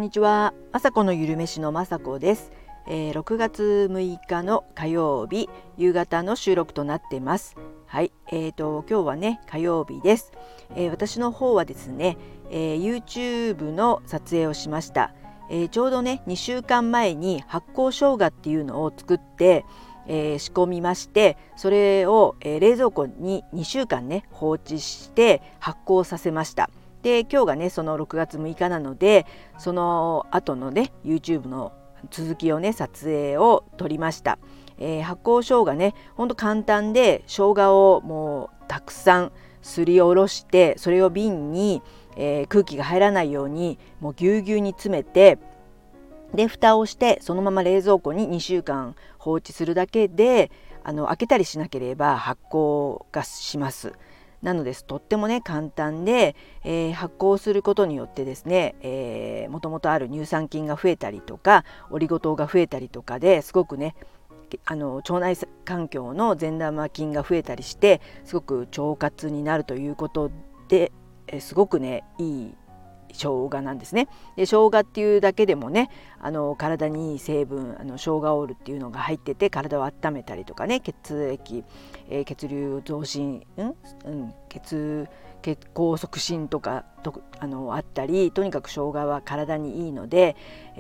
にちは。まさこのゆるめしのまさこです。6月6日の火曜日夕方の収録となっています。はい、今日はね火曜日です。私の方はですね、YouTube の撮影をしました。ちょうどね2週間前に発酵生姜っていうのを作って、仕込みまして、それを、冷蔵庫に2週間ね放置して発酵させました。で今日がねその6月6日なので、その後のね YouTube の続きをね撮影を撮りました。発酵生姜ねほんと簡単で、生姜をもうたくさんすりおろして、それを瓶に、空気が入らないようにもうぎゅうぎゅうに詰めて、で蓋をしてそのまま冷蔵庫に2週間放置するだけで、開けたりしなければ発酵がします。なのでとってもね簡単で、発酵することによってですね、もともとある乳酸菌が増えたりとかオリゴ糖が増えたりとかですごくね腸内環境の善玉菌が増えたりして、すごく腸活になるということで、すごくねいい生姜なんですね。で生姜っていうだけでもね体にいい成分生姜オールっていうのが入ってて、体を温めたりとかね、血液、血流増進、血行促進とかあったり、とにかく生姜は体にいいので、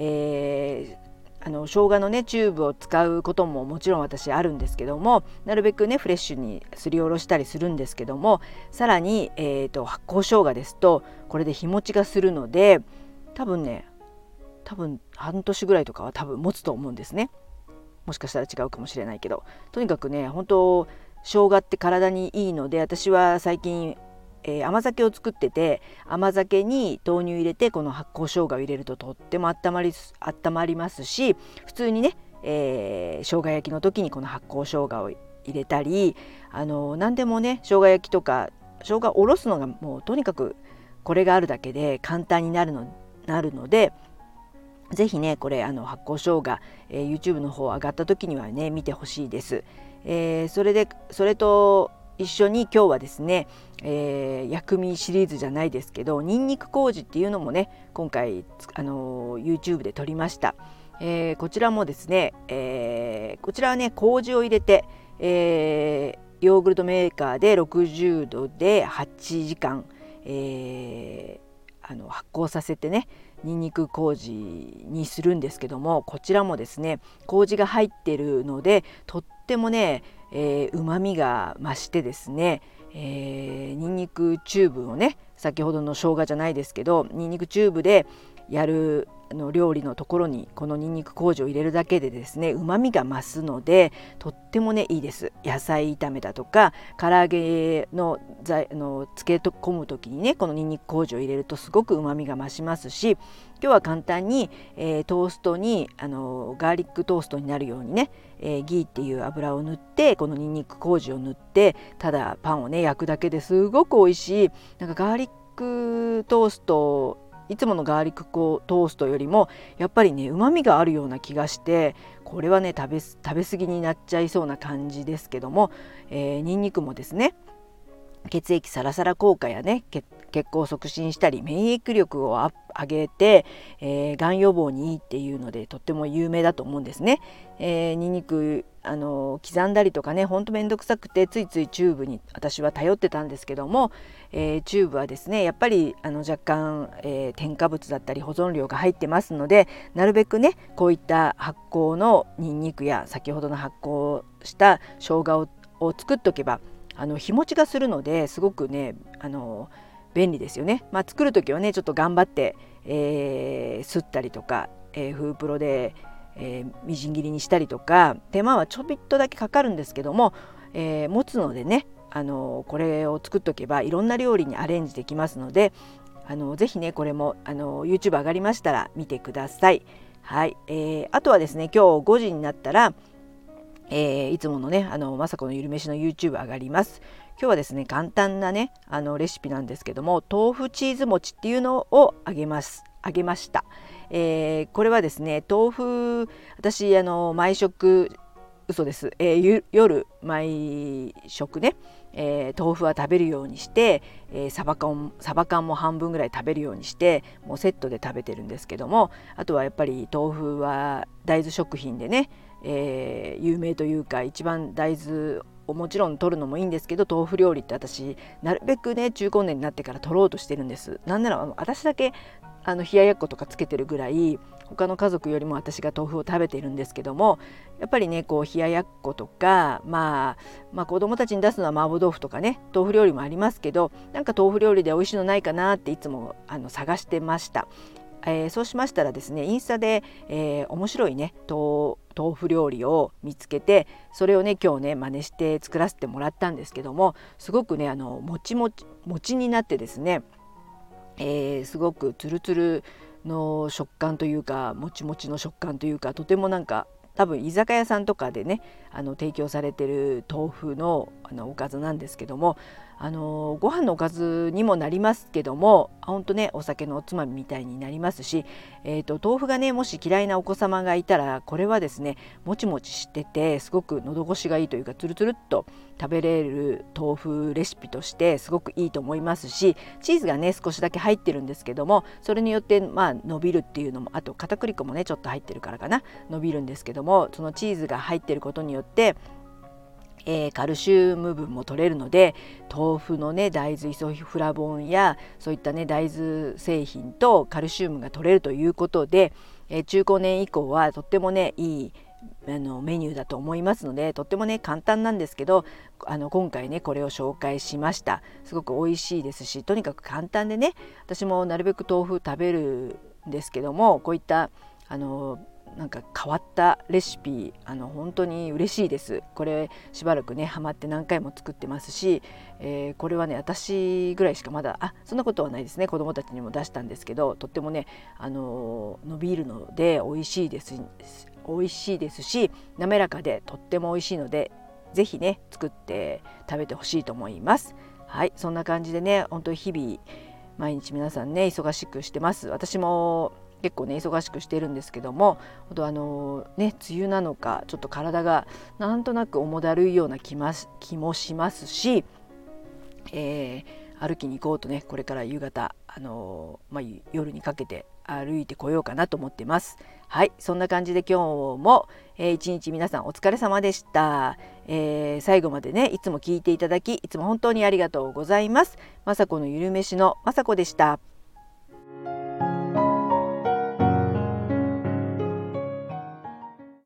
生姜のねチューブを使うことももちろん私あるんですけども、なるべくねフレッシュにすりおろしたりするんですけども、さらに、発酵生姜ですとこれで日持ちがするので、多分半年ぐらいとかは多分持つと思うんですね。もしかしたら違うかもしれないけど、とにかくね本当生姜って体にいいので、私は最近甘酒を作ってて、甘酒に豆乳入れてこの発酵生姜を入れるととっても温まりますし、普通にね、生姜焼きの時にこの発酵生姜を入れたり、何でもね生姜焼きとか生姜をおろすのがもうとにかくこれがあるだけで簡単になるので、ぜひねこれ発酵生姜、YouTube の方上がった時にはね見てほしいです。それと一緒に今日はですね、薬味シリーズじゃないですけど、ニンニク麹っていうのもね今回YouTube で撮りました。こちらもですね、こちらはね麹を入れて、ヨーグルトメーカーで60度で8時間、発酵させてねニンニク麹にするんですけども、こちらもですね麹が入ってるのでとってもね旨味が増してですね、ニンニクチューブをね、先ほどの生姜じゃないですけどニンニクチューブでやる料理のところにこのニンニク麹を入れるだけでですね旨味が増すのでとってもねいいです。野菜炒めだとか唐揚げの漬け込む時にねこのニンニク麹を入れるとすごく旨味が増しますし、今日は簡単に、トーストにガーリックトーストになるようにね、ギーっていう油を塗って、このニンニク麹を塗ってただパンをね焼くだけですごく美味しい、なんかガーリックトースト、いつものガーリックトーストよりもやっぱりね旨味があるような気がして、これはね食べ過ぎになっちゃいそうな感じですけども、ニンニクもですね血液サラサラ効果やね血行を促進したり免疫力を上げて、がん予防にいいっていうのでとっても有名だと思うんですね。ニンニク刻んだりとかねほんとめんどくさくてついついチューブに私は頼ってたんですけども、チューブはですねやっぱり若干、添加物だったり保存料が入ってますので、なるべくねこういった発酵のニンニクや先ほどの発酵した生姜を作っとけば日持ちがするので、すごくね便利ですよね。作る時はねちょっと頑張って、すったりとか、フープロで、みじん切りにしたりとか手間はちょびっとだけかかるんですけども、持つのでねこれを作っとけばいろんな料理にアレンジできますので、ぜひねこれもYouTube 上がりましたら見てください。はい、あとはですね今日5時になったらいつものねまさこのゆるめしの YouTube 上がります。今日はですね簡単なねレシピなんですけども、豆腐チーズ餅っていうのを揚げました。これはですね豆腐、私毎食嘘です、夜毎食ね豆腐は食べるようにして、サバ缶も半分ぐらい食べるようにしてもうセットで食べてるんですけども、あとはやっぱり豆腐は大豆食品でね、有名というか、一番大豆をもちろん取るのもいいんですけど、豆腐料理って私なるべくね中高年になってから取ろうとしてるんです。なんなら私だけ冷ややっことかつけてるぐらい、他の家族よりも私が豆腐を食べているんですけども、やっぱりねこう冷ややっことか、まあ子供たちに出すのは麻婆豆腐とかね、豆腐料理もありますけど、なんか豆腐料理で美味しいのないかなっていつも探してました。そうしましたらですね、インスタで、面白いね豆腐料理を見つけて、それをね今日ね真似して作らせてもらったんですけども、すごくねもちになってですね、すごくツルツルの食感というか、もちもちの食感というか、とてもなんか多分居酒屋さんとかでね提供されてる豆腐のおかずなんですけども、ご飯のおかずにもなりますけども、本当ねお酒のおつまみみたいになりますし、豆腐がねもし嫌いなお子様がいたら、これはですねもちもちしててすごく喉越しがいいというか、ツルツルっと食べれる豆腐レシピとしてすごくいいと思いますし、チーズがね少しだけ入ってるんですけども、それによって伸びるっていうのも、あと片栗粉もねちょっと入ってるからかな、伸びるんですけども、そのチーズが入ってることによってカルシウム分も取れるので、豆腐のね大豆イソフラボンやそういったね大豆製品とカルシウムが取れるということで、中高年以降はとってもねいいメニューだと思いますので、とってもね簡単なんですけど、今回ねこれを紹介しました。すごく美味しいですし、とにかく簡単でね、私もなるべく豆腐食べるんですけども、こういったなんか変わったレシピ本当に嬉しいです。これしばらくねハマって何回も作ってますし、これはね私ぐらいしかまだそんなことはないですね、子どもたちにも出したんですけど、とってもね伸びるので美味しいですし、滑らかでとっても美味しいので、ぜひね作って食べてほしいと思います。はい、そんな感じでね、本当に日々毎日皆さんね忙しくしてます。私も結構ね忙しくしているんですけども、梅雨なのかちょっと体がなんとなく重だるいような気もしますし、歩きに行こうとね、これから夕方、夜にかけて歩いてこようかなと思ってます。はい、そんな感じで今日も、一日皆さんお疲れ様でした。最後までねいつも聞いていただき、いつも本当にありがとうございます。まさこのゆるめしのまさこでした。